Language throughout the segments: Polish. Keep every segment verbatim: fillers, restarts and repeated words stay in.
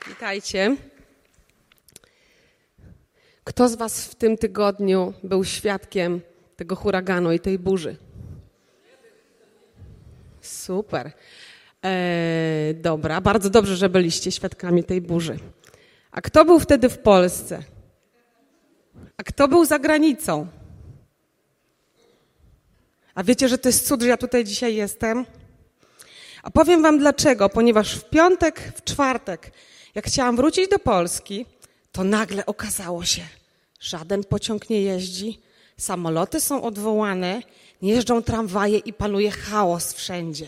Witajcie. Kto z was w tym tygodniu był świadkiem tego huraganu i tej burzy? Super. Eee, dobra, bardzo dobrze, że byliście świadkami tej burzy. A kto był wtedy w Polsce? A kto był za granicą? A wiecie, że to jest cud, że ja tutaj dzisiaj jestem? A powiem wam dlaczego. Ponieważ w piątek, w czwartek, jak chciałam wrócić do Polski, to nagle okazało się, żaden pociąg nie jeździ, samoloty są odwołane, nie jeżdżą tramwaje i panuje chaos wszędzie.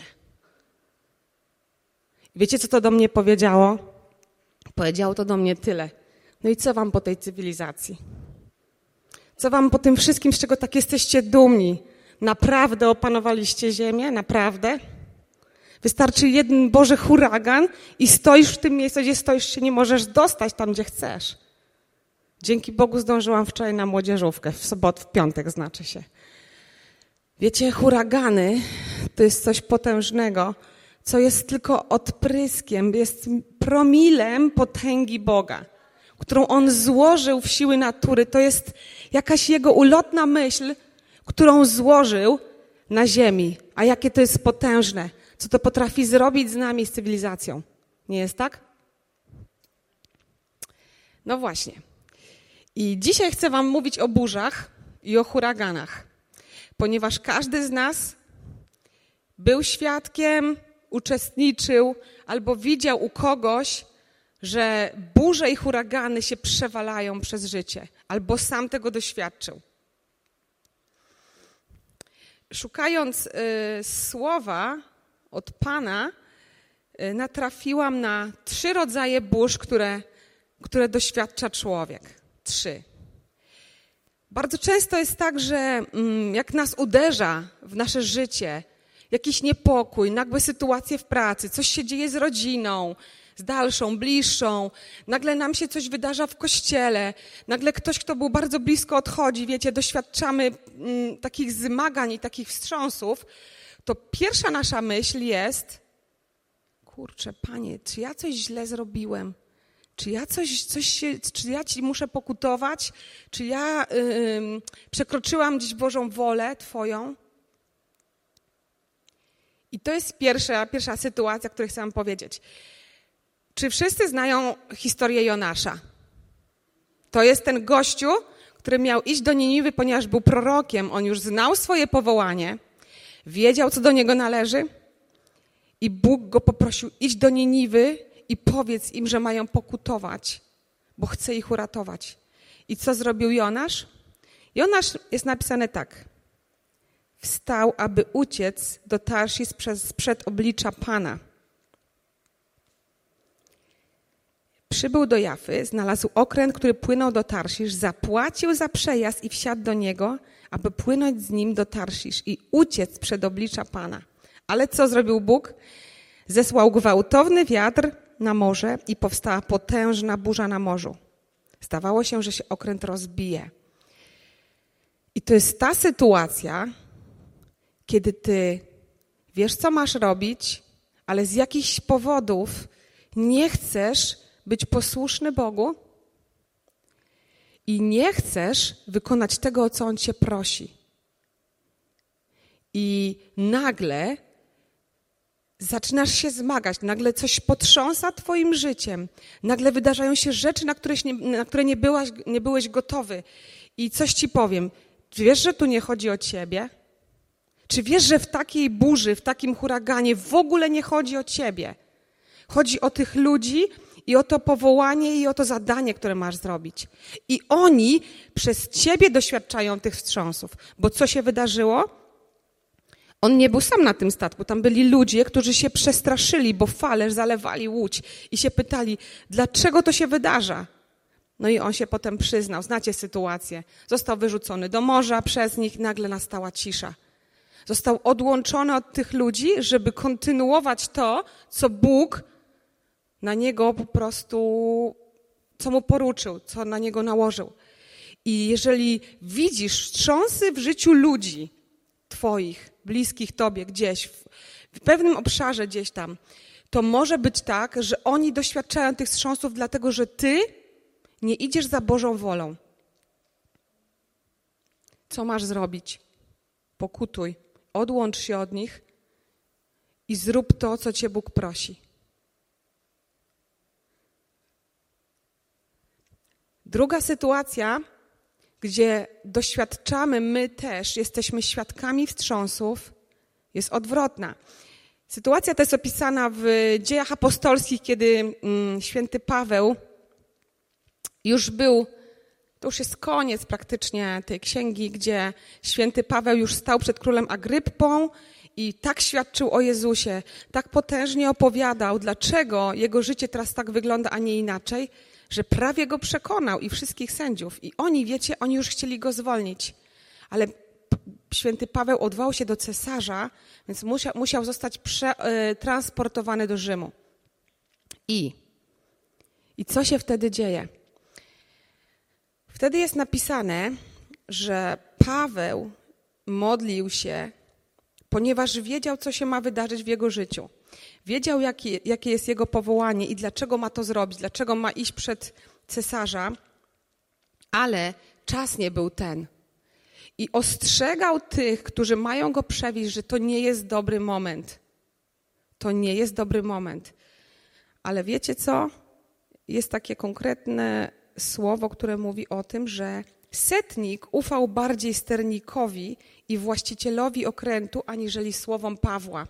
I wiecie, co to do mnie powiedziało? Powiedziało to do mnie tyle. No i co wam po tej cywilizacji? Co wam po tym wszystkim, z czego tak jesteście dumni? Naprawdę opanowaliście ziemię? Naprawdę? Wystarczy jeden Boży huragan i stoisz w tym miejscu, gdzie stoisz, się nie możesz dostać tam, gdzie chcesz. Dzięki Bogu zdążyłam wczoraj na młodzieżówkę, w sobotę, w piątek znaczy się. Wiecie, huragany to jest coś potężnego, co jest tylko odpryskiem, jest promilem potęgi Boga, którą On złożył w siły natury. To jest jakaś Jego ulotna myśl, którą złożył na ziemi. A jakie to jest potężne, co to potrafi zrobić z nami, z cywilizacją. Nie jest tak? No właśnie. I dzisiaj chcę wam mówić o burzach i o huraganach, ponieważ każdy z nas był świadkiem, uczestniczył albo widział u kogoś, że burze i huragany się przewalają przez życie, albo sam tego doświadczył. Szukając y, słowa od Pana, y, natrafiłam na trzy rodzaje burz, które, które doświadcza człowiek. Trzy. Bardzo często jest tak, że mm, jak nas uderza w nasze życie jakiś niepokój, nagłe sytuacje w pracy, coś się dzieje z rodziną, z dalszą, bliższą, nagle nam się coś wydarza w kościele, nagle ktoś, kto był bardzo blisko, odchodzi, wiecie, doświadczamy mm, takich zmagań i takich wstrząsów, to pierwsza nasza myśl jest: kurczę, Panie, czy ja coś źle zrobiłem? Czy ja coś, coś się, czy ja Ci muszę pokutować? Czy ja yy, przekroczyłam gdzieś Bożą wolę Twoją? I to jest pierwsza, pierwsza sytuacja, o której chcę wam powiedzieć. Czy wszyscy znają historię Jonasza? To jest ten gościu, który miał iść do Niniwy, ponieważ był prorokiem. On już znał swoje powołanie, wiedział, co do niego należy i Bóg go poprosił: idź do Niniwy i powiedz im, że mają pokutować, bo chce ich uratować. I co zrobił Jonasz? Jonasz jest napisane tak. Wstał, aby uciec do Tarsis sprzed oblicza Pana. Przybył do Jafy, znalazł okręt, który płynął do Tarsisz, zapłacił za przejazd i wsiadł do niego, aby płynąć z nim do Tarsisz i uciec przed oblicza Pana. Ale co zrobił Bóg? Zesłał gwałtowny wiatr na morze i powstała potężna burza na morzu. Zdawało się, że się okręt rozbije. I to jest ta sytuacja, kiedy ty wiesz, co masz robić, ale z jakichś powodów nie chcesz być posłuszny Bogu i nie chcesz wykonać tego, o co On cię prosi. I nagle zaczynasz się zmagać, nagle coś potrząsa twoim życiem, nagle wydarzają się rzeczy, na, nie, na które nie, byłaś, nie byłeś gotowy. I coś ci powiem, czy wiesz, że tu nie chodzi o ciebie? Czy wiesz, że w takiej burzy, w takim huraganie w ogóle nie chodzi o ciebie? Chodzi o tych ludzi i o to powołanie i o to zadanie, które masz zrobić. I oni przez ciebie doświadczają tych wstrząsów. Bo co się wydarzyło? On nie był sam na tym statku. Tam byli ludzie, którzy się przestraszyli, bo fale zalewali łódź i się pytali, dlaczego to się wydarza? No i on się potem przyznał. Znacie sytuację. Został wyrzucony do morza przez nich, nagle nastała cisza. Został odłączony od tych ludzi, żeby kontynuować to, co Bóg na niego po prostu, co mu poruczył, co na niego nałożył. I jeżeli widzisz wstrząsy w życiu ludzi twoich, bliskich tobie gdzieś, w, w pewnym obszarze gdzieś tam, to może być tak, że oni doświadczają tych wstrząsów dlatego, że ty nie idziesz za Bożą wolą. Co masz zrobić? Pokutuj, odłącz się od nich i zrób to, co cię Bóg prosi. Druga sytuacja, gdzie doświadczamy, my też jesteśmy świadkami wstrząsów, jest odwrotna. Sytuacja ta jest opisana w Dziejach Apostolskich, kiedy mm, święty Paweł już był, to już jest koniec praktycznie tej księgi, gdzie święty Paweł już stał przed królem Agryppą i tak świadczył o Jezusie, tak potężnie opowiadał, dlaczego jego życie teraz tak wygląda, a nie inaczej, że prawie go przekonał i wszystkich sędziów. I oni, wiecie, oni już chcieli go zwolnić. Ale święty Paweł odwołał się do cesarza, więc musiał, musiał zostać przetransportowany do Rzymu. I, I co się wtedy dzieje? Wtedy jest napisane, że Paweł modlił się, ponieważ wiedział, co się ma wydarzyć w jego życiu. Wiedział, jakie, jakie jest jego powołanie i dlaczego ma to zrobić, dlaczego ma iść przed cesarza, ale czas nie był ten. I ostrzegał tych, którzy mają go przewieźć, że to nie jest dobry moment. To nie jest dobry moment. Ale wiecie co? Jest takie konkretne słowo, które mówi o tym, że setnik ufał bardziej sternikowi i właścicielowi okrętu, aniżeli słowom Pawła.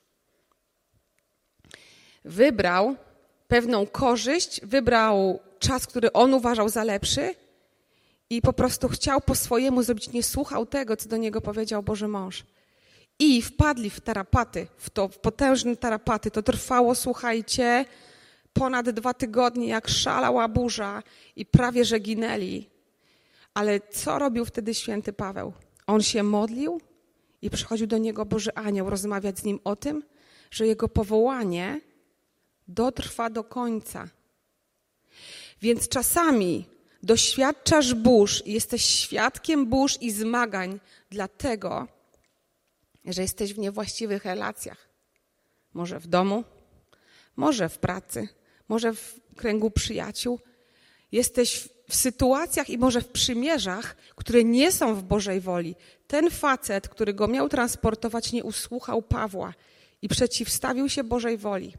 Wybrał pewną korzyść, wybrał czas, który on uważał za lepszy i po prostu chciał po swojemu zrobić, nie słuchał tego, co do niego powiedział Boży mąż. I wpadli w tarapaty, w to w potężne tarapaty. To trwało, słuchajcie, ponad dwa tygodnie, jak szalała burza i prawie że ginęli. Ale co robił wtedy święty Paweł? On się modlił i przychodził do niego Boży Anioł rozmawiać z nim o tym, że jego powołanie dotrwa do końca. Więc czasami doświadczasz burz i jesteś świadkiem burz i zmagań dlatego, że jesteś w niewłaściwych relacjach. Może w domu, może w pracy, może w kręgu przyjaciół. Jesteś w sytuacjach i może w przymierzach, które nie są w Bożej woli. Ten facet, który go miał transportować, nie usłuchał Pawła i przeciwstawił się Bożej woli.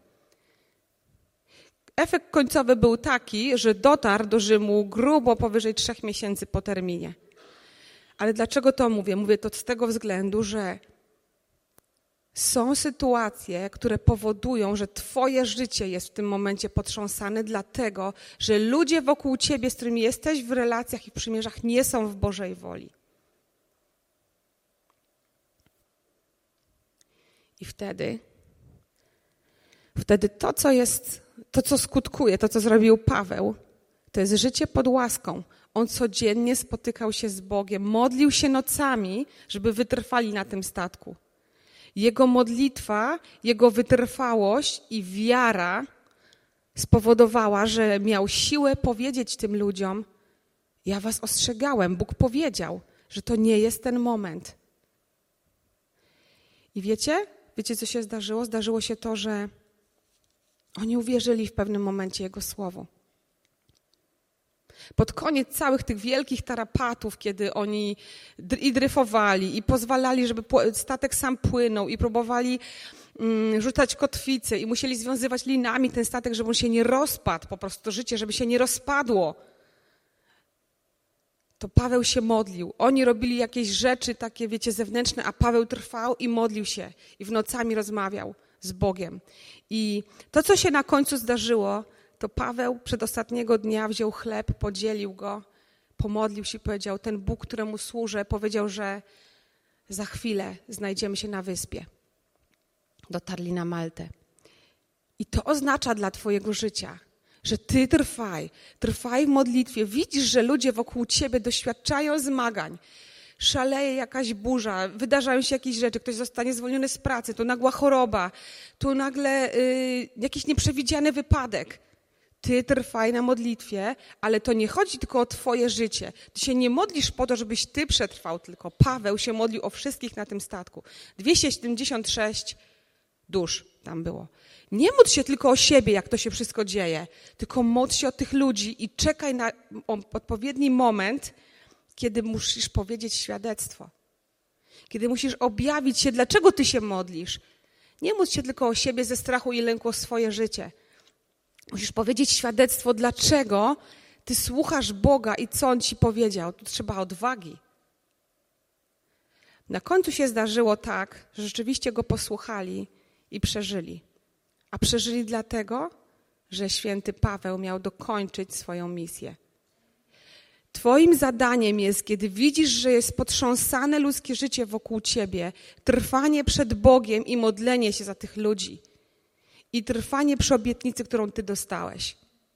Efekt końcowy był taki, że dotarł do Rzymu grubo powyżej trzech miesięcy po terminie. Ale dlaczego to mówię? Mówię to z tego względu, że są sytuacje, które powodują, że twoje życie jest w tym momencie potrząsane, dlatego, że ludzie wokół ciebie, z którymi jesteś w relacjach i w przymierzach, nie są w Bożej woli. I wtedy, wtedy to, co jest, to, co skutkuje, to, co zrobił Paweł, to jest życie pod łaską. On codziennie spotykał się z Bogiem, modlił się nocami, żeby wytrwali na tym statku. Jego modlitwa, jego wytrwałość i wiara spowodowała, że miał siłę powiedzieć tym ludziom: ja was ostrzegałem, Bóg powiedział, że to nie jest ten moment. I wiecie, wiecie co się zdarzyło? Zdarzyło się to, że oni uwierzyli w pewnym momencie Jego słowu. Pod koniec całych tych wielkich tarapatów, kiedy oni i dryfowali, i pozwalali, żeby statek sam płynął, i próbowali mm, rzucać kotwice, i musieli związywać linami ten statek, żeby on się nie rozpadł, po prostu to życie, żeby się nie rozpadło, to Paweł się modlił. Oni robili jakieś rzeczy takie, wiecie, zewnętrzne, a Paweł trwał i modlił się i w nocami rozmawiał z Bogiem. I to, co się na końcu zdarzyło, to Paweł przedostatniego dnia wziął chleb, podzielił go, pomodlił się i powiedział: ten Bóg, któremu służę, powiedział, że za chwilę znajdziemy się na wyspie. Dotarli na Maltę. I to oznacza dla twojego życia, że ty trwaj, trwaj w modlitwie. Widzisz, że ludzie wokół ciebie doświadczają zmagań. Szaleje jakaś burza, wydarzają się jakieś rzeczy, ktoś zostanie zwolniony z pracy, tu nagła choroba, tu nagle y, jakiś nieprzewidziany wypadek. Ty trwaj na modlitwie, ale to nie chodzi tylko o twoje życie. Ty się nie modlisz po to, żebyś ty przetrwał, tylko Paweł się modlił o wszystkich na tym statku. dwieście siedemdziesiąt sześć dusz tam było. Nie módl się tylko o siebie, jak to się wszystko dzieje, tylko módl się o tych ludzi i czekaj na odpowiedni moment, kiedy musisz powiedzieć świadectwo. Kiedy musisz objawić się, dlaczego ty się modlisz. Nie módl się tylko o siebie ze strachu i lęku o swoje życie. Musisz powiedzieć świadectwo, dlaczego ty słuchasz Boga i co On ci powiedział. Tu trzeba odwagi. Na końcu się zdarzyło tak, że rzeczywiście Go posłuchali i przeżyli. A przeżyli dlatego, że święty Paweł miał dokończyć swoją misję. Twoim zadaniem jest, kiedy widzisz, że jest potrząsane ludzkie życie wokół ciebie, trwanie przed Bogiem i modlenie się za tych ludzi. I trwanie przy obietnicy, którą ty dostałeś.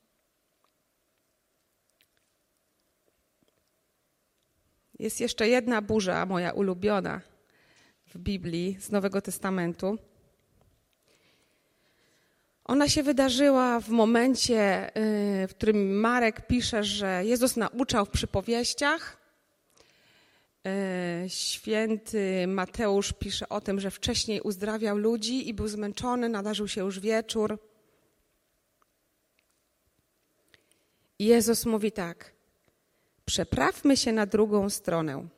Jest jeszcze jedna burza, moja ulubiona w Biblii z Nowego Testamentu. Ona się wydarzyła w momencie, w którym Marek pisze, że Jezus nauczał w przypowieściach. Święty Mateusz pisze o tym, że wcześniej uzdrawiał ludzi i był zmęczony, nadarzył się już wieczór. I Jezus mówi tak: przeprawmy się na drugą stronę.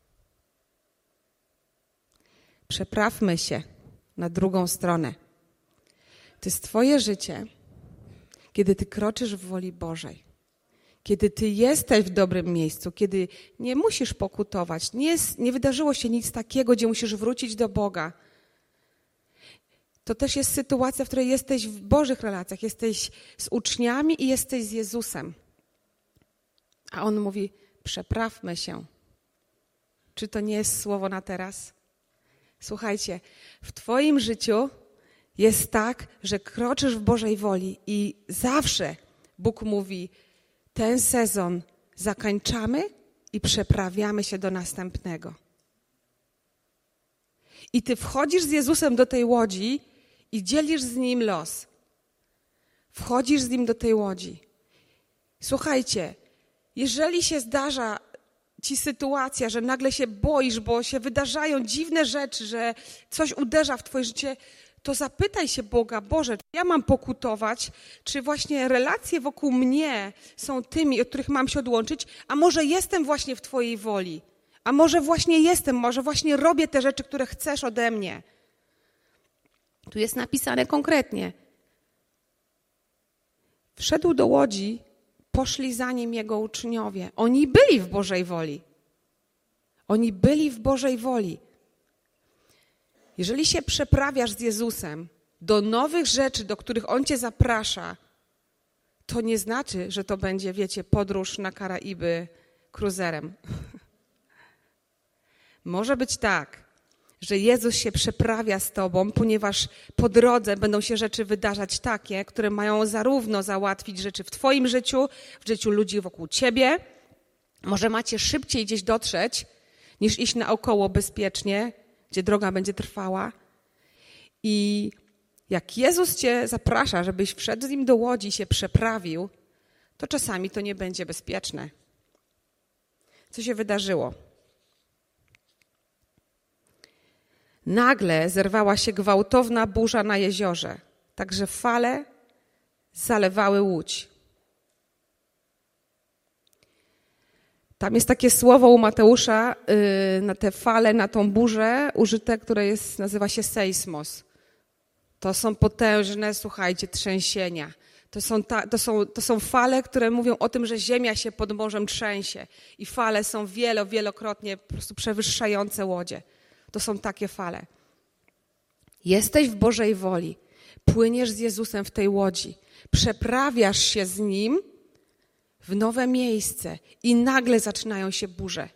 Przeprawmy się na drugą stronę. To jest twoje życie, kiedy ty kroczysz w woli Bożej. Kiedy ty jesteś w dobrym miejscu, kiedy nie musisz pokutować, nie, jest, nie wydarzyło się nic takiego, gdzie musisz wrócić do Boga. To też jest sytuacja, w której jesteś w Bożych relacjach, jesteś z uczniami i jesteś z Jezusem. A On mówi, przeprawmy się. Czy to nie jest słowo na teraz? Słuchajcie, w twoim życiu jest tak, że kroczysz w Bożej woli i zawsze Bóg mówi, ten sezon zakończamy i przeprawiamy się do następnego. I ty wchodzisz z Jezusem do tej łodzi i dzielisz z Nim los. Wchodzisz z Nim do tej łodzi. Słuchajcie, jeżeli się zdarza ci sytuacja, że nagle się boisz, bo się wydarzają dziwne rzeczy, że coś uderza w twoje życie, to zapytaj się Boga, Boże, czy ja mam pokutować, czy właśnie relacje wokół mnie są tymi, od których mam się odłączyć, a może jestem właśnie w Twojej woli, a może właśnie jestem, może właśnie robię te rzeczy, które chcesz ode mnie. Tu jest napisane konkretnie. Wszedł do łodzi, poszli za Nim Jego uczniowie. Oni byli w Bożej woli. Oni byli w Bożej woli. Jeżeli się przeprawiasz z Jezusem do nowych rzeczy, do których On cię zaprasza, to nie znaczy, że to będzie, wiecie, podróż na Karaiby kruzerem. Może być tak, że Jezus się przeprawia z tobą, ponieważ po drodze będą się rzeczy wydarzać takie, które mają zarówno załatwić rzeczy w twoim życiu, w życiu ludzi wokół ciebie. Może macie szybciej gdzieś dotrzeć, niż iść naokoło bezpiecznie, gdzie droga będzie trwała. I jak Jezus cię zaprasza, żebyś wszedł z Nim do łodzi i się przeprawił, to czasami to nie będzie bezpieczne. Co się wydarzyło? Nagle zerwała się gwałtowna burza na jeziorze, tak że fale zalewały łódź. Tam jest takie słowo u Mateusza yy, na te fale, na tą burzę użyte, które jest, nazywa się seismos. To są potężne, słuchajcie, trzęsienia. To są, ta, to, są, to są fale, które mówią o tym, że ziemia się pod morzem trzęsie. I fale są wielo, wielokrotnie po prostu przewyższające łodzie. To są takie fale. Jesteś w Bożej woli. Płyniesz z Jezusem w tej łodzi. Przeprawiasz się z Nim w nowe miejsce i nagle zaczynają się burze.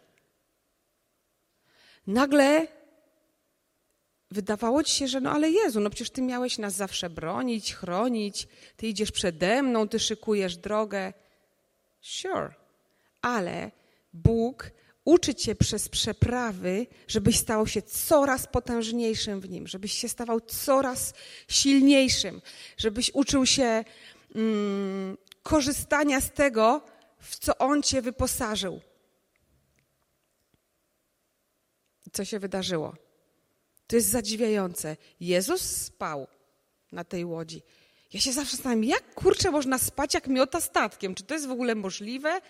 Nagle wydawało ci się, że no ale Jezu, no przecież Ty miałeś nas zawsze bronić, chronić, Ty idziesz przede mną, Ty szykujesz drogę. Sure, ale Bóg uczy cię przez przeprawy, żebyś stał się coraz potężniejszym w Nim, żebyś się stawał coraz silniejszym, żebyś uczył się mm, korzystania z tego, w co On cię wyposażył. Co się wydarzyło? To jest zadziwiające. Jezus spał. na tej łodzi. Ja się zawsze zastanawiam, jak kurczę można spać, jak miota statkiem? Czy to jest w ogóle możliwe?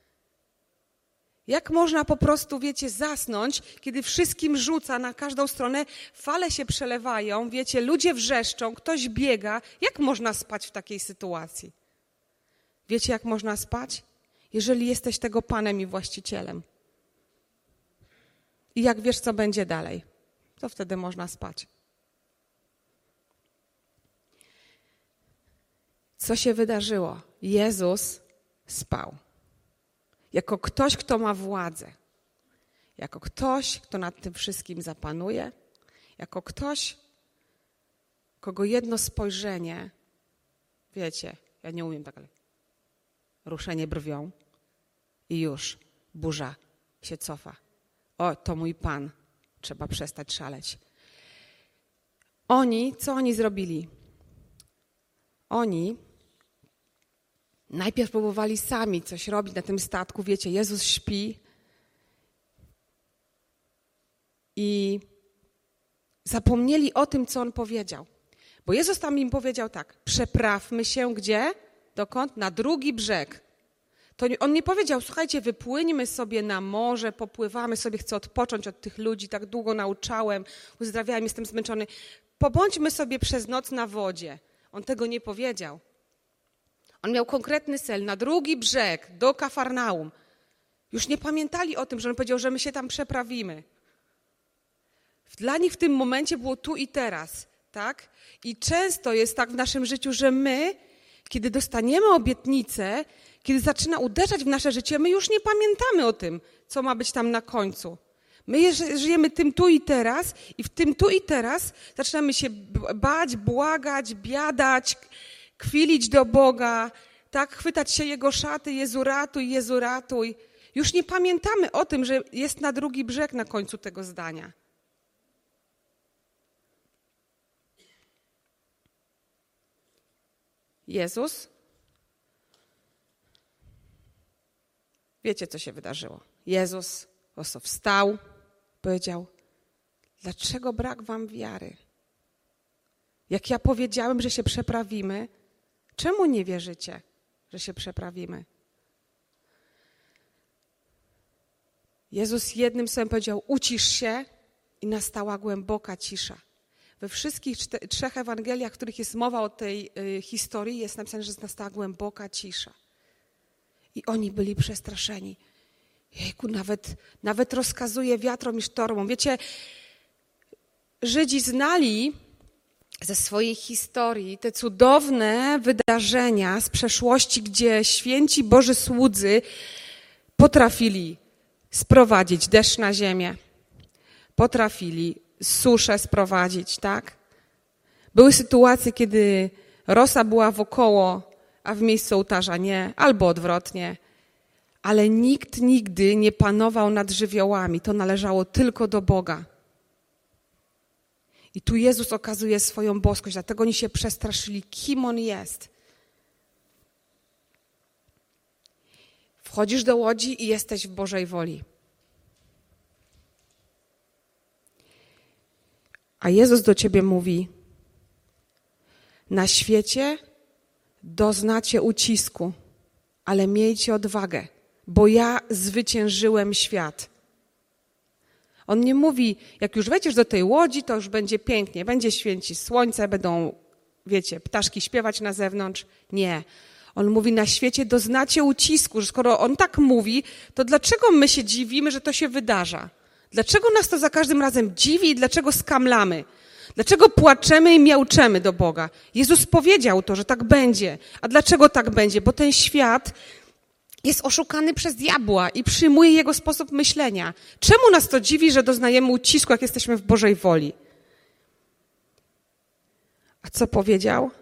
Jak można po prostu, wiecie, zasnąć, kiedy wszystkim rzuca na każdą stronę, fale się przelewają, wiecie, ludzie wrzeszczą, ktoś biega. Jak można spać w takiej sytuacji? Wiecie, jak można spać? Jeżeli jesteś tego Panem i właścicielem. I jak wiesz, co będzie dalej, to wtedy można spać. Co się wydarzyło? Jezus spał. Jako ktoś, kto ma władzę. Jako ktoś, kto nad tym wszystkim zapanuje. Jako ktoś, kogo jedno spojrzenie, wiecie, ja nie umiem tak, ale ruszenie brwią i już burza się cofa. O, to mój Pan, trzeba przestać szaleć. Oni, co oni zrobili? Oni najpierw próbowali sami coś robić na tym statku. Wiecie, Jezus śpi i zapomnieli o tym, co On powiedział. Bo Jezus tam im powiedział tak, przeprawmy się gdzie? Dokąd? Na drugi brzeg. To On nie powiedział, słuchajcie, wypłyńmy sobie na morze, popływamy sobie, chcę odpocząć od tych ludzi, tak długo nauczałem, uzdrawiałem, jestem zmęczony. Pobądźmy sobie przez noc na wodzie. On tego nie powiedział. On miał konkretny cel, na drugi brzeg, do Kafarnaum. Już nie pamiętali o tym, że On powiedział, że my się tam przeprawimy. Dla nich w tym momencie było tu i teraz, tak? I często jest tak w naszym życiu, że my, kiedy dostaniemy obietnicę, kiedy zaczyna uderzać w nasze życie, my już nie pamiętamy o tym, co ma być tam na końcu. My żyjemy tym tu i teraz i w tym tu i teraz zaczynamy się bać, błagać, biadać, kwilić do Boga, tak, chwytać się Jego szaty, Jezu ratuj, Jezu ratuj. Już nie pamiętamy o tym, że jest na drugi brzeg na końcu tego zdania. Jezus, wiecie, co się wydarzyło. Jezus oso wstał, powiedział, dlaczego brak wam wiary? Jak ja powiedziałem, że się przeprawimy, czemu nie wierzycie, że się przeprawimy? Jezus jednym słowem powiedział, ucisz się i nastała głęboka cisza. We wszystkich czte, trzech Ewangeliach, w których jest mowa o tej y, historii, jest napisane, że nastała głęboka cisza. I oni byli przestraszeni. Jejku, nawet, nawet rozkazuje wiatrom i sztormom. Wiecie, Żydzi znali ze swojej historii te cudowne wydarzenia z przeszłości, gdzie święci Boży słudzy potrafili sprowadzić deszcz na ziemię, potrafili suszę sprowadzić, tak? Były sytuacje, kiedy rosa była wokoło, a w miejscu ołtarza nie, albo odwrotnie. Ale nikt nigdy nie panował nad żywiołami. To należało tylko do Boga. I tu Jezus okazuje swoją boskość, dlatego oni się przestraszyli, kim On jest. Wchodzisz do łodzi i jesteś w Bożej woli. A Jezus do ciebie mówi, na świecie doznacie ucisku, ale miejcie odwagę, bo ja zwyciężyłem świat. On nie mówi, jak już wejdziesz do tej łodzi, to już będzie pięknie, będzie święcić słońce, będą, wiecie, ptaszki śpiewać na zewnątrz. Nie. On mówi, na świecie doznacie ucisku, że skoro On tak mówi, to dlaczego my się dziwimy, że to się wydarza? Dlaczego nas to za każdym razem dziwi i dlaczego skamlamy? Dlaczego płaczemy i miauczemy do Boga? Jezus powiedział to, że tak będzie. A dlaczego tak będzie? Bo ten świat jest oszukany przez diabła i przyjmuje jego sposób myślenia. Czemu nas to dziwi, że doznajemy ucisku, jak jesteśmy w Bożej woli? A co powiedział?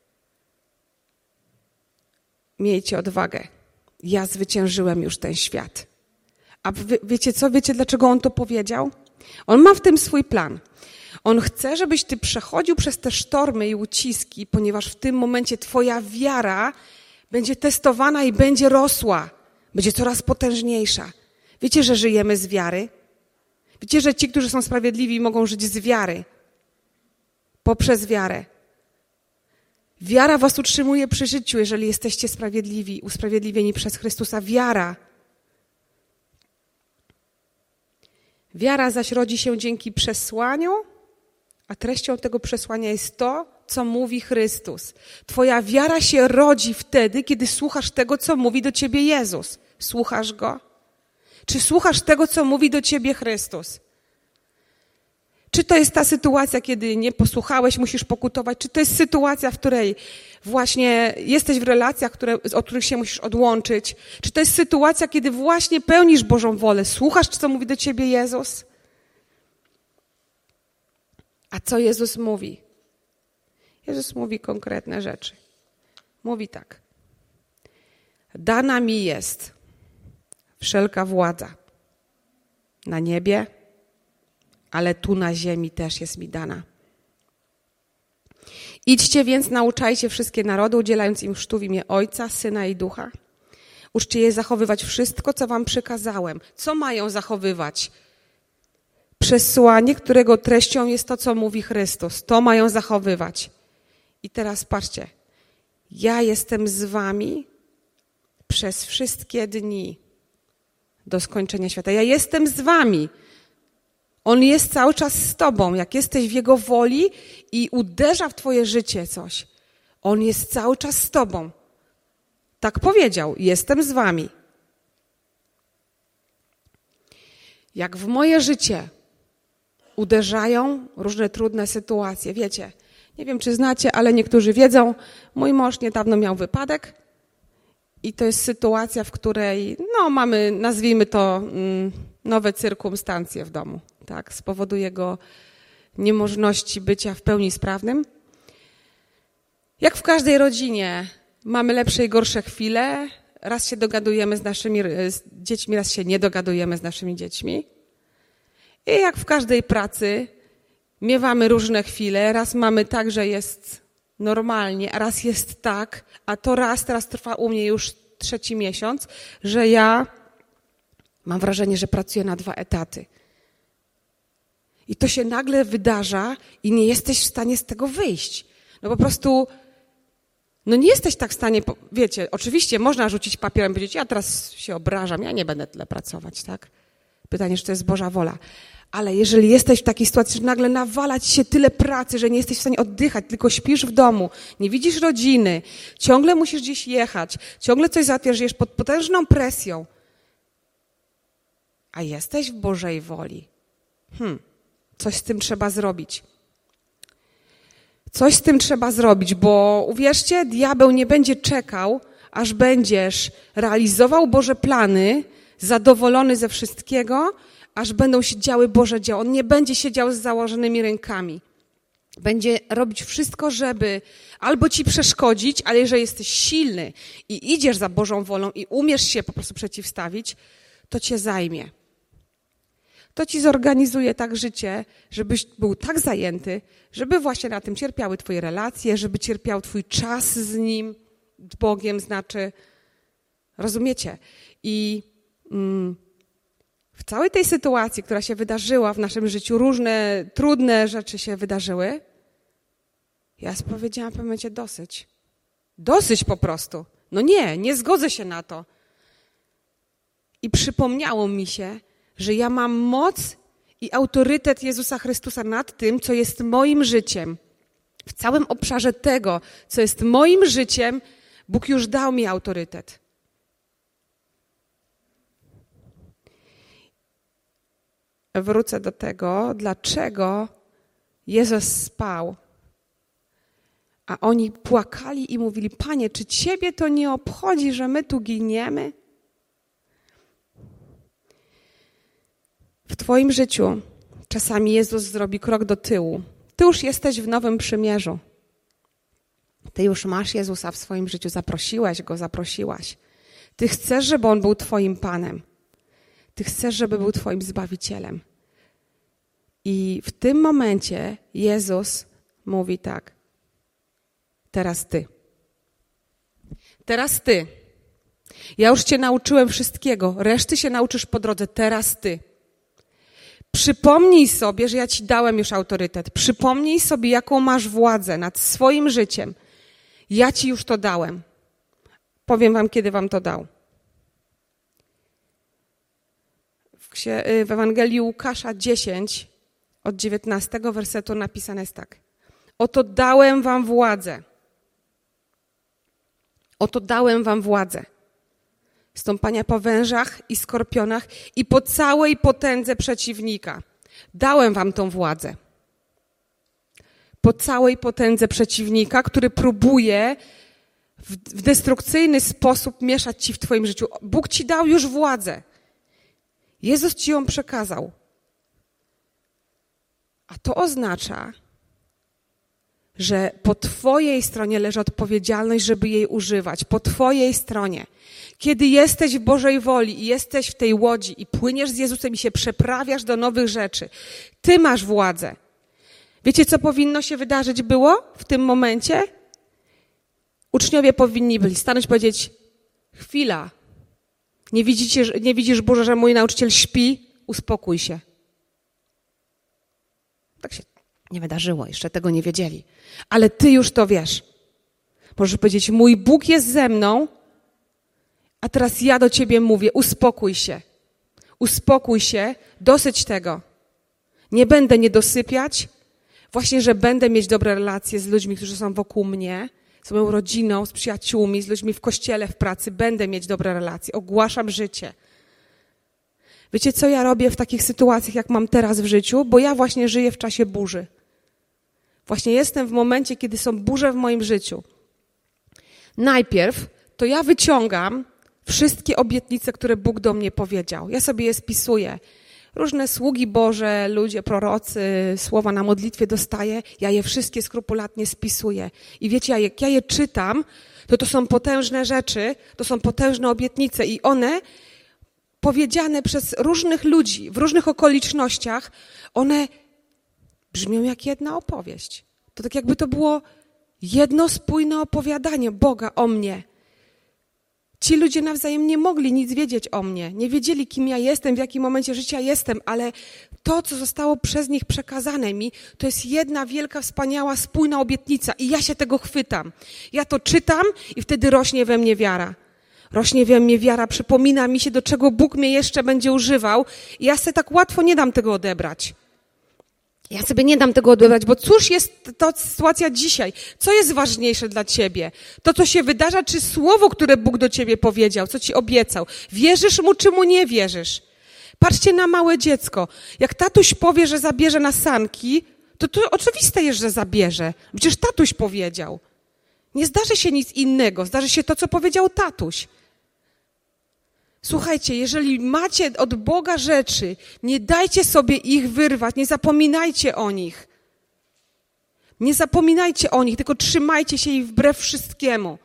Miejcie odwagę. Ja zwyciężyłem już ten świat. A wy, wiecie co? Wiecie, dlaczego On to powiedział? On ma w tym swój plan. On chce, żebyś ty przechodził przez te sztormy i uciski, ponieważ w tym momencie twoja wiara będzie testowana i będzie rosła. Będzie coraz potężniejsza. Wiecie, że żyjemy z wiary? Wiecie, że ci, którzy są sprawiedliwi, mogą żyć z wiary. Poprzez wiarę. Wiara was utrzymuje przy życiu, jeżeli jesteście sprawiedliwi, usprawiedliwieni przez Chrystusa. Wiara. Wiara zaś rodzi się dzięki przesłaniu, a treścią tego przesłania jest to, co mówi Chrystus. Twoja wiara się rodzi wtedy, kiedy słuchasz tego, co mówi do ciebie Jezus. Słuchasz Go? Czy słuchasz tego, co mówi do ciebie Chrystus? Czy to jest ta sytuacja, kiedy nie posłuchałeś, musisz pokutować? Czy to jest sytuacja, w której właśnie jesteś w relacjach, które, od których się musisz odłączyć? Czy to jest sytuacja, kiedy właśnie pełnisz Bożą wolę? Słuchasz, co mówi do ciebie Jezus? A co Jezus mówi? Jezus mówi konkretne rzeczy. Mówi tak. Dana mi jest wszelka władza na niebie, ale tu na ziemi też jest mi dana. Idźcie więc, nauczajcie wszystkie narody, udzielając im chrztu w imię Ojca, Syna i Ducha. Uczcie je zachowywać wszystko, co wam przykazałem. Co mają zachowywać? Przesłanie, którego treścią jest to, co mówi Chrystus. To mają zachowywać. I teraz patrzcie. Ja jestem z wami przez wszystkie dni do skończenia świata. Ja jestem z wami. On jest cały czas z tobą. Jak jesteś w Jego woli i uderza w twoje życie coś, On jest cały czas z tobą. Tak powiedział. Jestem z wami. Jak w moje życie uderzają różne trudne sytuacje. Wiecie, nie wiem, czy znacie, ale niektórzy wiedzą, mój mąż niedawno miał wypadek i to jest sytuacja, w której no, mamy, nazwijmy to, mm, nowe cyrkumstancje w domu. Tak, z powodu jego niemożności bycia w pełni sprawnym. Jak w każdej rodzinie mamy lepsze i gorsze chwile. Raz się dogadujemy z naszymi z dziećmi, raz się nie dogadujemy z naszymi dziećmi. I jak w każdej pracy miewamy różne chwile. Raz mamy tak, że jest normalnie, a raz jest tak, a to raz, teraz trwa u mnie już trzeci miesiąc, że ja mam wrażenie, że pracuję na dwa etaty. I to się nagle wydarza i nie jesteś w stanie z tego wyjść. No po prostu, no nie jesteś tak w stanie, wiecie, oczywiście można rzucić papierem i powiedzieć, ja teraz się obrażam, ja nie będę tyle pracować, tak? Pytanie, czy to jest Boża wola. Ale jeżeli jesteś w takiej sytuacji, że nagle nawala ci się tyle pracy, że nie jesteś w stanie oddychać, tylko śpisz w domu, nie widzisz rodziny, ciągle musisz gdzieś jechać, ciągle coś załatwiasz, żyjesz pod potężną presją, a jesteś w Bożej woli. Hmm, coś z tym trzeba zrobić. Coś z tym trzeba zrobić, bo uwierzcie, diabeł nie będzie czekał, aż będziesz realizował Boże plany, zadowolony ze wszystkiego, aż będą się działy Boże dzieła. On nie będzie siedział z założonymi rękami. Będzie robić wszystko, żeby albo ci przeszkodzić, ale jeżeli jesteś silny i idziesz za Bożą wolą i umiesz się po prostu przeciwstawić, to cię zajmie. To ci zorganizuje tak życie, żebyś był tak zajęty, żeby właśnie na tym cierpiały twoje relacje, żeby cierpiał twój czas z Nim, z Bogiem, znaczy, rozumiecie? I mm, w całej tej sytuacji, która się wydarzyła w naszym życiu, różne trudne rzeczy się wydarzyły, ja powiedziałam w pewnym momencie dosyć. Dosyć po prostu. No nie, nie zgodzę się na to. I przypomniało mi się, że ja mam moc i autorytet Jezusa Chrystusa nad tym, co jest moim życiem. W całym obszarze tego, co jest moim życiem, Bóg już dał mi autorytet. Wrócę do tego, dlaczego Jezus spał, a oni płakali i mówili, Panie, czy Ciebie to nie obchodzi, że my tu giniemy? W Twoim życiu czasami Jezus zrobi krok do tyłu. Ty już jesteś w Nowym Przymierzu. Ty już masz Jezusa w swoim życiu, zaprosiłeś Go, zaprosiłaś. Ty chcesz, żeby On był Twoim Panem. Ty chcesz, żeby był Twoim Zbawicielem. I w tym momencie Jezus mówi tak. Teraz Ty. Teraz Ty. Ja już Cię nauczyłem wszystkiego. Reszty się nauczysz po drodze. Teraz Ty. Przypomnij sobie, że ja Ci dałem już autorytet. Przypomnij sobie, jaką masz władzę nad swoim życiem. Ja ci już to dałem. Powiem wam, kiedy wam to dał. W, księ- w Ewangelii Łukasza dziesięć, od dziewiętnastego wersetu napisane jest tak. Oto dałem wam władzę. Oto dałem wam władzę. Stąpania po wężach i skorpionach i po całej potędze przeciwnika. Dałem wam tą władzę. Po całej potędze przeciwnika, który próbuje w, w destrukcyjny sposób mieszać ci w twoim życiu. Bóg ci dał już władzę. Jezus ci ją przekazał. A to oznacza, że po twojej stronie leży odpowiedzialność, żeby jej używać. Po twojej stronie. Kiedy jesteś w Bożej woli i jesteś w tej łodzi i płyniesz z Jezusem i się przeprawiasz do nowych rzeczy, ty masz władzę. Wiecie, co powinno się wydarzyć było w tym momencie? Uczniowie powinni byli stanąć i powiedzieć, chwila, nie, widzicie, nie widzisz, Boże, że mój nauczyciel śpi? Uspokój się. Tak się nie wydarzyło, jeszcze tego nie wiedzieli. Ale ty już to wiesz. Możesz powiedzieć, mój Bóg jest ze mną, a teraz ja do ciebie mówię, uspokój się. Uspokój się, dosyć tego. Nie będę nie dosypiać, właśnie, że będę mieć dobre relacje z ludźmi, którzy są wokół mnie, z moją rodziną, z przyjaciółmi, z ludźmi w kościele, w pracy. Będę mieć dobre relacje. Ogłaszam życie. Wiecie, co ja robię w takich sytuacjach, jak mam teraz w życiu? Bo ja właśnie żyję w czasie burzy. Właśnie jestem w momencie, kiedy są burze w moim życiu. Najpierw to ja wyciągam wszystkie obietnice, które Bóg do mnie powiedział. Ja sobie je spisuję. Różne sługi Boże, ludzie, prorocy, słowa na modlitwie dostaję. Ja je wszystkie skrupulatnie spisuję. I wiecie, jak ja je czytam, to to są potężne rzeczy, to są potężne obietnice i one powiedziane przez różnych ludzi, w różnych okolicznościach, one brzmią jak jedna opowieść. To tak jakby to było jedno spójne opowiadanie Boga o mnie. Ci ludzie nawzajem nie mogli nic wiedzieć o mnie. Nie wiedzieli, kim ja jestem, w jakim momencie życia jestem, ale to, co zostało przez nich przekazane mi, to jest jedna wielka, wspaniała, spójna obietnica i ja się tego chwytam. Ja to czytam i wtedy rośnie we mnie wiara. Rośnie we mnie wiara, przypomina mi się, do czego Bóg mnie jeszcze będzie używał i ja sobie tak łatwo nie dam tego odebrać. Ja sobie nie dam tego odebrać, bo cóż jest ta sytuacja dzisiaj? Co jest ważniejsze dla ciebie? To, co się wydarza, czy słowo, które Bóg do ciebie powiedział, co ci obiecał? Wierzysz mu, czy mu nie wierzysz? Patrzcie na małe dziecko. Jak tatuś powie, że zabierze na sanki, to to oczywiste jest, że zabierze. Przecież tatuś powiedział. Nie zdarzy się nic innego, zdarzy się to, co powiedział tatuś. Słuchajcie, jeżeli macie od Boga rzeczy, nie dajcie sobie ich wyrwać, nie zapominajcie o nich. Nie zapominajcie o nich, tylko trzymajcie się ich wbrew wszystkiemu.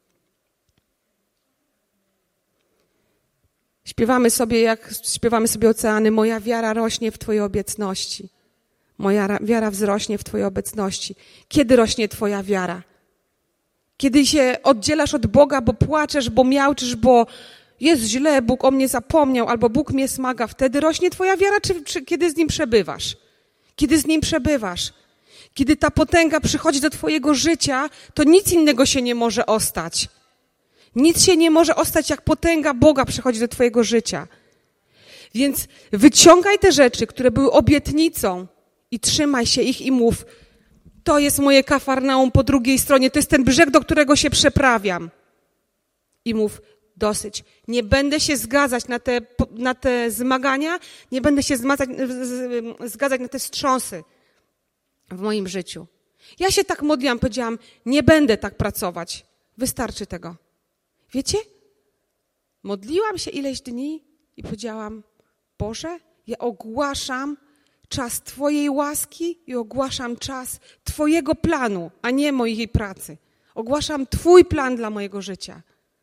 Śpiewamy sobie, jak śpiewamy sobie oceany, moja wiara rośnie w Twojej obecności. Moja wiara wzrośnie w Twojej obecności. Kiedy rośnie Twoja wiara? Kiedy się oddzielasz od Boga, bo płaczesz, bo miałczysz, bo jest źle, Bóg o mnie zapomniał, albo Bóg mnie smaga, wtedy rośnie twoja wiara, czy, czy kiedy z Nim przebywasz? Kiedy z Nim przebywasz? Kiedy ta potęga przychodzi do twojego życia, to nic innego się nie może ostać. Nic się nie może ostać, jak potęga Boga przychodzi do twojego życia. Więc wyciągaj te rzeczy, które były obietnicą i trzymaj się ich i mów, to jest moje Kafarnaum po drugiej stronie, to jest ten brzeg, do którego się przeprawiam. I mów, dosyć. Nie będę się zgadzać na te, na te zmagania, nie będę się zmagać, zgadzać na te wstrząsy w moim życiu. Ja się tak modliłam, powiedziałam, nie będę tak pracować. Wystarczy tego. Wiecie? Modliłam się ileś dni i powiedziałam, Boże, ja ogłaszam czas Twojej łaski i ogłaszam czas Twojego planu, a nie mojej pracy. Ogłaszam Twój plan dla mojego życia.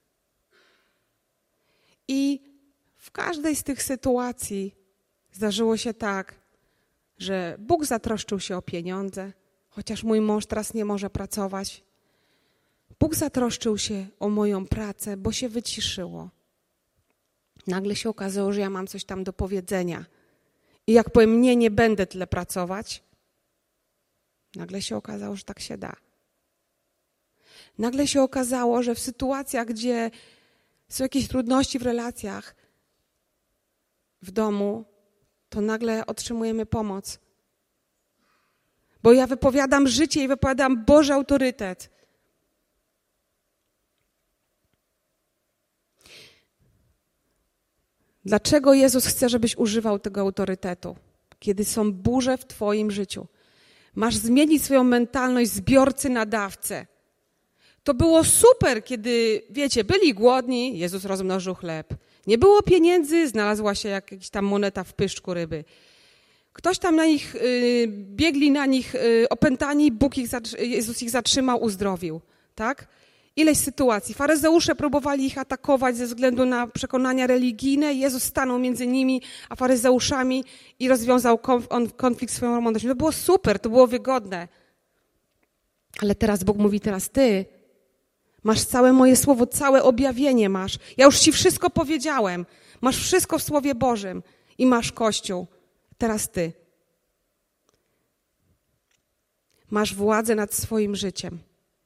I w każdej z tych sytuacji zdarzyło się tak, że Bóg zatroszczył się o pieniądze, chociaż mój mąż teraz nie może pracować. Bóg zatroszczył się o moją pracę, bo się wyciszyło. Nagle się okazało, że ja mam coś tam do powiedzenia. I jak powiem, nie, nie będę tyle pracować, nagle się okazało, że tak się da. Nagle się okazało, że w sytuacjach, gdzie są jakieś trudności w relacjach, w domu, to nagle otrzymujemy pomoc. Bo ja wypowiadam życie i wypowiadam Boży autorytet. Dlaczego Jezus chce, żebyś używał tego autorytetu, kiedy są burze w twoim życiu? Masz zmienić swoją mentalność zbiorcy na dawcę. To było super, kiedy, wiecie, byli głodni, Jezus rozmnożył chleb. Nie było pieniędzy, znalazła się jakaś tam moneta w pyszczku ryby. Ktoś tam na nich, yy, biegli na nich yy, opętani, Bóg ich, Jezus ich zatrzymał, uzdrowił. Tak? Ileś sytuacji. Faryzeusze próbowali ich atakować ze względu na przekonania religijne. Jezus stanął między nimi a faryzeuszami i rozwiązał konf- konflikt swoją mądrością. To było super, to było wygodne. Ale teraz Bóg mówi, teraz ty masz całe moje słowo, całe objawienie masz. Ja już ci wszystko powiedziałem. Masz wszystko w Słowie Bożym i masz Kościół. Teraz ty. Masz władzę nad swoim życiem.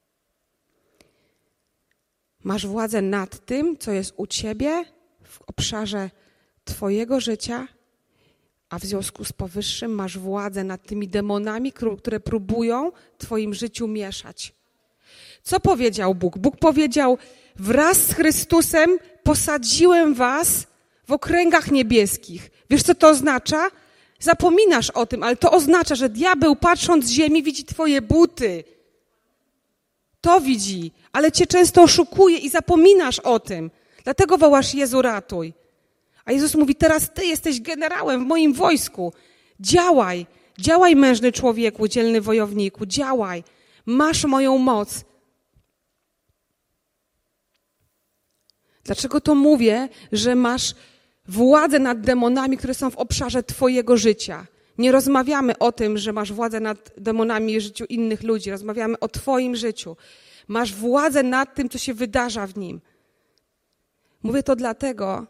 Masz władzę nad tym, co jest u ciebie w obszarze twojego życia, a w związku z powyższym masz władzę nad tymi demonami, które próbują w twoim życiu mieszać. Co powiedział Bóg? Bóg powiedział, wraz z Chrystusem posadziłem was w okręgach niebieskich. Wiesz, co to oznacza? Zapominasz o tym, ale to oznacza, że diabeł patrząc z ziemi widzi twoje buty. To widzi, ale cię często oszukuje i zapominasz o tym. Dlatego wołasz, Jezu, ratuj. A Jezus mówi, teraz ty jesteś generałem w moim wojsku. Działaj, działaj mężny człowieku, dzielny wojowniku, działaj. Masz moją moc. Dlaczego to mówię, że masz władzę nad demonami, które są w obszarze twojego życia? Nie rozmawiamy o tym, że masz władzę nad demonami w życiu innych ludzi. Rozmawiamy o twoim życiu. Masz władzę nad tym, co się wydarza w nim. Mówię to dlatego,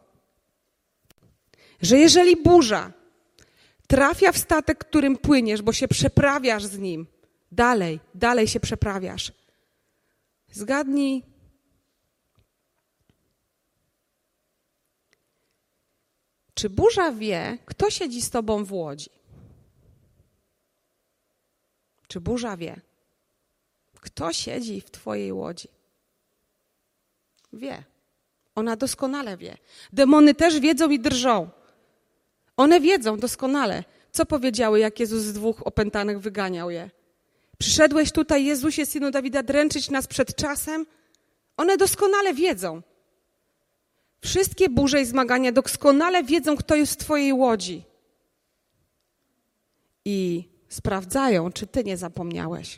że jeżeli burza trafia w statek, którym płyniesz, bo się przeprawiasz z nim, dalej, dalej się przeprawiasz. Zgadnij, czy burza wie, kto siedzi z tobą w łodzi? Czy burza wie, kto siedzi w twojej łodzi? Wie. Ona doskonale wie. Demony też wiedzą i drżą. One wiedzą doskonale, co powiedziały, jak Jezus z dwóch opętanych wyganiał je. Przyszedłeś tutaj, Jezusie, Synu Dawida, dręczyć nas przed czasem? One doskonale wiedzą. Wszystkie burze i zmagania doskonale wiedzą, kto jest w twojej łodzi. I sprawdzają, czy ty nie zapomniałeś.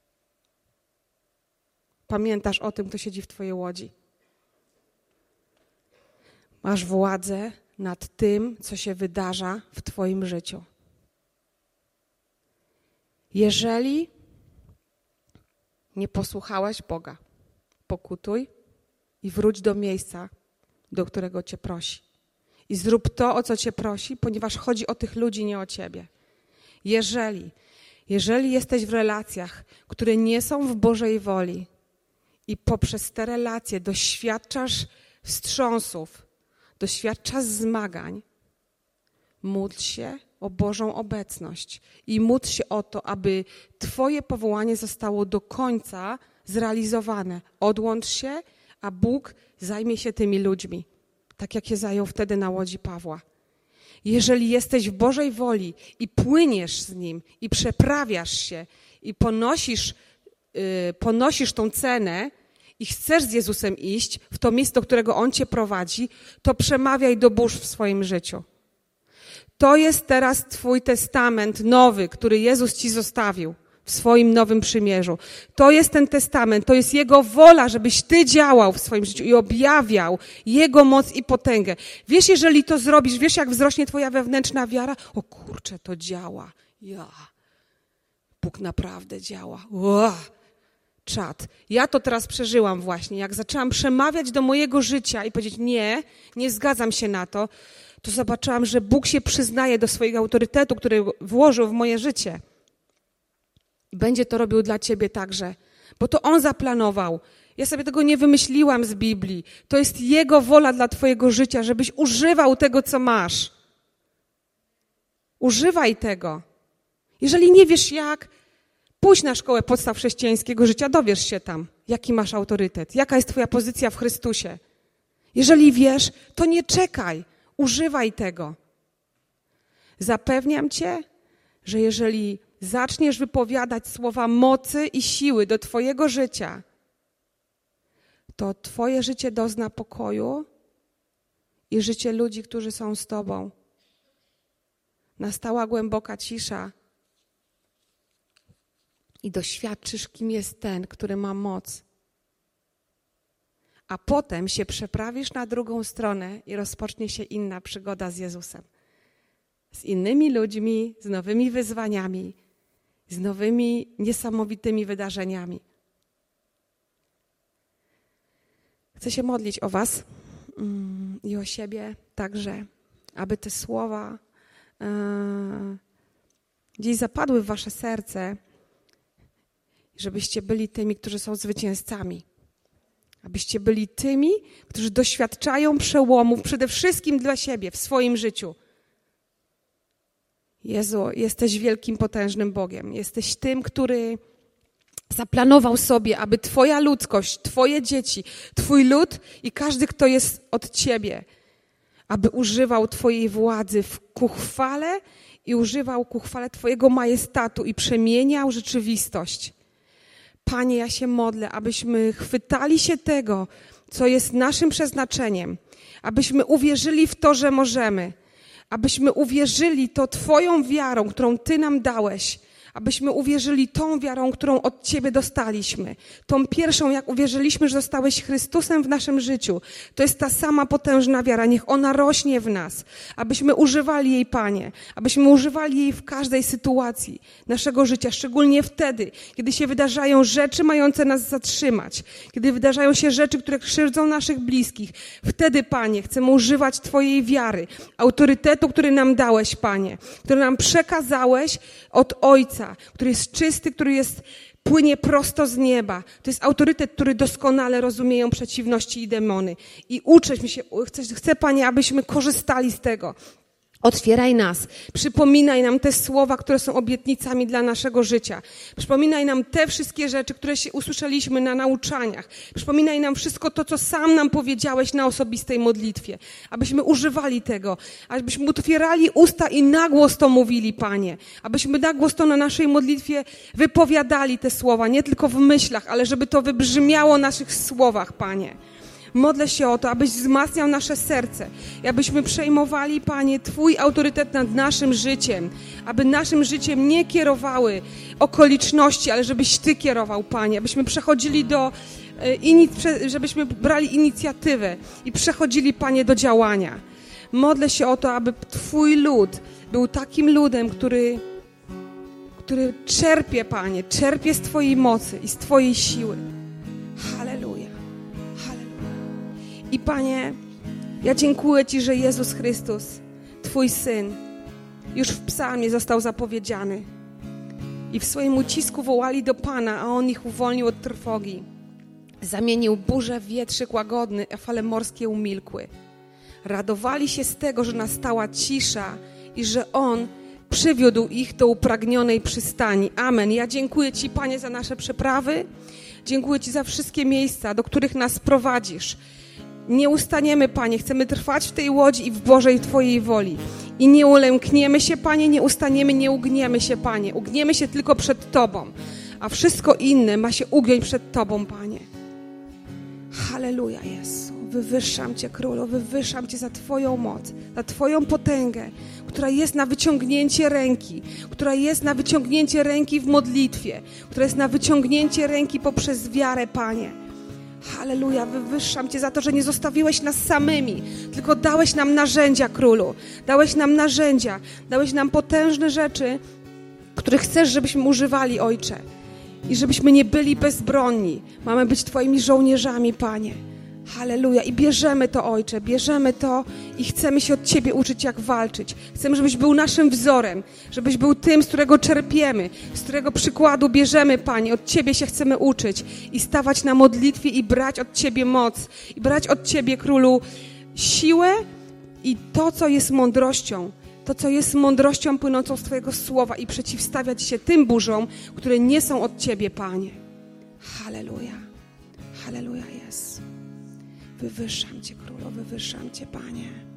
Pamiętasz o tym, kto siedzi w twojej łodzi. Masz władzę nad tym, co się wydarza w twoim życiu. Jeżeli nie posłuchałeś Boga, pokutuj i wróć do miejsca, do którego cię prosi. I zrób to, o co cię prosi, ponieważ chodzi o tych ludzi, nie o ciebie. Jeżeli, jeżeli jesteś w relacjach, które nie są w Bożej woli i poprzez te relacje doświadczasz wstrząsów, doświadczasz zmagań, módl się o Bożą obecność i módl się o to, aby twoje powołanie zostało do końca zrealizowane. Odłącz się, a Bóg zajmie się tymi ludźmi, tak jak się zajął wtedy na łodzi Pawła. Jeżeli jesteś w Bożej woli i płyniesz z Nim i przeprawiasz się i ponosisz, yy, ponosisz tą cenę i chcesz z Jezusem iść w to miejsce, do którego On cię prowadzi, to przemawiaj do burz w swoim życiu. To jest teraz twój testament nowy, który Jezus ci zostawił w swoim nowym przymierzu. To jest ten testament, to jest Jego wola, żebyś ty działał w swoim życiu i objawiał Jego moc i potęgę. Wiesz, jeżeli to zrobisz, wiesz, jak wzrośnie twoja wewnętrzna wiara? O kurczę, to działa. Ja. Bóg naprawdę działa. Ua. Czad. Ja to teraz przeżyłam właśnie. Jak zaczęłam przemawiać do mojego życia i powiedzieć nie, nie zgadzam się na to, to zobaczyłam, że Bóg się przyznaje do swojego autorytetu, który włożył w moje życie. Będzie to robił dla ciebie także. bo to On zaplanował. Ja sobie tego nie wymyśliłam z Biblii. To jest Jego wola dla twojego życia, żebyś używał tego, co masz. Używaj tego. Jeżeli nie wiesz jak, pójdź na szkołę podstaw chrześcijańskiego życia, dowiesz się tam, jaki masz autorytet, jaka jest twoja pozycja w Chrystusie. Jeżeli wiesz, to nie czekaj, używaj tego. Zapewniam cię, że jeżeli zaczniesz wypowiadać słowa mocy i siły do twojego życia, to twoje życie dozna pokoju i życie ludzi, którzy są z tobą. Nastała głęboka cisza i doświadczysz, kim jest ten, który ma moc. A potem się przeprawisz na drugą stronę i rozpocznie się inna przygoda z Jezusem. Z innymi ludźmi, z nowymi wyzwaniami, z nowymi niesamowitymi wydarzeniami. Chcę się modlić o was mm, i o siebie także, aby te słowa yy, gdzieś zapadły w wasze serce, żebyście byli tymi, którzy są zwycięzcami. Abyście byli tymi, którzy doświadczają przełomów przede wszystkim dla siebie w swoim życiu. Jezu, jesteś wielkim, potężnym Bogiem. Jesteś tym, który zaplanował sobie, aby twoja ludzkość, twoje dzieci, twój lud i każdy, kto jest od ciebie, aby używał twojej władzy ku chwale i używał ku chwale twojego majestatu i przemieniał rzeczywistość. Panie, ja się modlę, abyśmy chwytali się tego, co jest naszym przeznaczeniem, abyśmy uwierzyli w to, że możemy, abyśmy uwierzyli to Twoją wiarą, którą Ty nam dałeś, abyśmy uwierzyli tą wiarą, którą od Ciebie dostaliśmy. Tą pierwszą, jak uwierzyliśmy, że zostałeś Chrystusem w naszym życiu. To jest ta sama potężna wiara. Niech ona rośnie w nas. Abyśmy używali jej, Panie. Abyśmy używali jej w każdej sytuacji naszego życia. Szczególnie wtedy, kiedy się wydarzają rzeczy mające nas zatrzymać. Kiedy wydarzają się rzeczy, które krzywdzą naszych bliskich. Wtedy, Panie, chcemy używać Twojej wiary. Autorytetu, który nam dałeś, Panie. Który nam przekazałeś od Ojca. Który jest czysty, który jest, płynie prosto z nieba. To jest autorytet, który doskonale rozumieją przeciwności i demony. I uczę mi się, chcę, chcę, Panie, abyśmy korzystali z tego. Otwieraj nas, przypominaj nam te słowa, które są obietnicami dla naszego życia. Przypominaj nam te wszystkie rzeczy, które się usłyszeliśmy na nauczaniach. Przypominaj nam wszystko to, co sam nam powiedziałeś na osobistej modlitwie. Abyśmy używali tego, abyśmy otwierali usta i na głos to mówili, Panie. Abyśmy na głos to na naszej modlitwie wypowiadali te słowa, nie tylko w myślach, ale żeby to wybrzmiało w naszych słowach, Panie. Modlę się o to, abyś wzmacniał nasze serce i abyśmy przejmowali, Panie, Twój autorytet nad naszym życiem, aby naszym życiem nie kierowały okoliczności, ale żebyś Ty kierował, Panie, abyśmy przechodzili do, żebyśmy brali inicjatywę i przechodzili, Panie, do działania. Modlę się o to, aby Twój lud był takim ludem, który, który czerpie, Panie, czerpie z Twojej mocy i z Twojej siły. Halleluja. I Panie, ja dziękuję Ci, że Jezus Chrystus, Twój Syn, już w psalmie został zapowiedziany. I w swoim ucisku wołali do Pana, a On ich uwolnił od trwogi. Zamienił burzę w wietrzyk łagodny, a fale morskie umilkły. Radowali się z tego, że nastała cisza i że On przywiódł ich do upragnionej przystani. Amen. Ja dziękuję Ci, Panie, za nasze przeprawy. Dziękuję Ci za wszystkie miejsca, do których nas prowadzisz. Nie ustaniemy, Panie, chcemy trwać w tej łodzi i w Bożej Twojej woli. I nie ulękniemy się, Panie, nie ustaniemy, nie ugniemy się, Panie. Ugniemy się tylko przed Tobą, a wszystko inne ma się ugiąć przed Tobą, Panie. Halleluja, Jezu. Wywyższam Cię, Królu, wywyższam Cię za Twoją moc, za Twoją potęgę, która jest na wyciągnięcie ręki, która jest na wyciągnięcie ręki w modlitwie, która jest na wyciągnięcie ręki poprzez wiarę, Panie. Halleluja, wywyższam Cię za to, że nie zostawiłeś nas samymi, tylko dałeś nam narzędzia, Królu. Dałeś nam narzędzia, dałeś nam potężne rzeczy, których chcesz, żebyśmy używali, Ojcze. I żebyśmy nie byli bezbronni. Mamy być Twoimi żołnierzami, Panie. Halleluja. I bierzemy to, Ojcze, bierzemy to i chcemy się od Ciebie uczyć, jak walczyć. Chcemy, żebyś był naszym wzorem, żebyś był tym, z którego czerpiemy, z którego przykładu bierzemy, Panie. Od Ciebie się chcemy uczyć i stawać na modlitwie i brać od Ciebie moc. I brać od Ciebie, Królu, siłę i to, co jest mądrością. To, co jest mądrością płynącą z Twojego słowa i przeciwstawiać się tym burzom, które nie są od Ciebie, Panie. Halleluja. Halleluja jest. Wywyższam Cię, Królu, wywyższam Cię, Panie.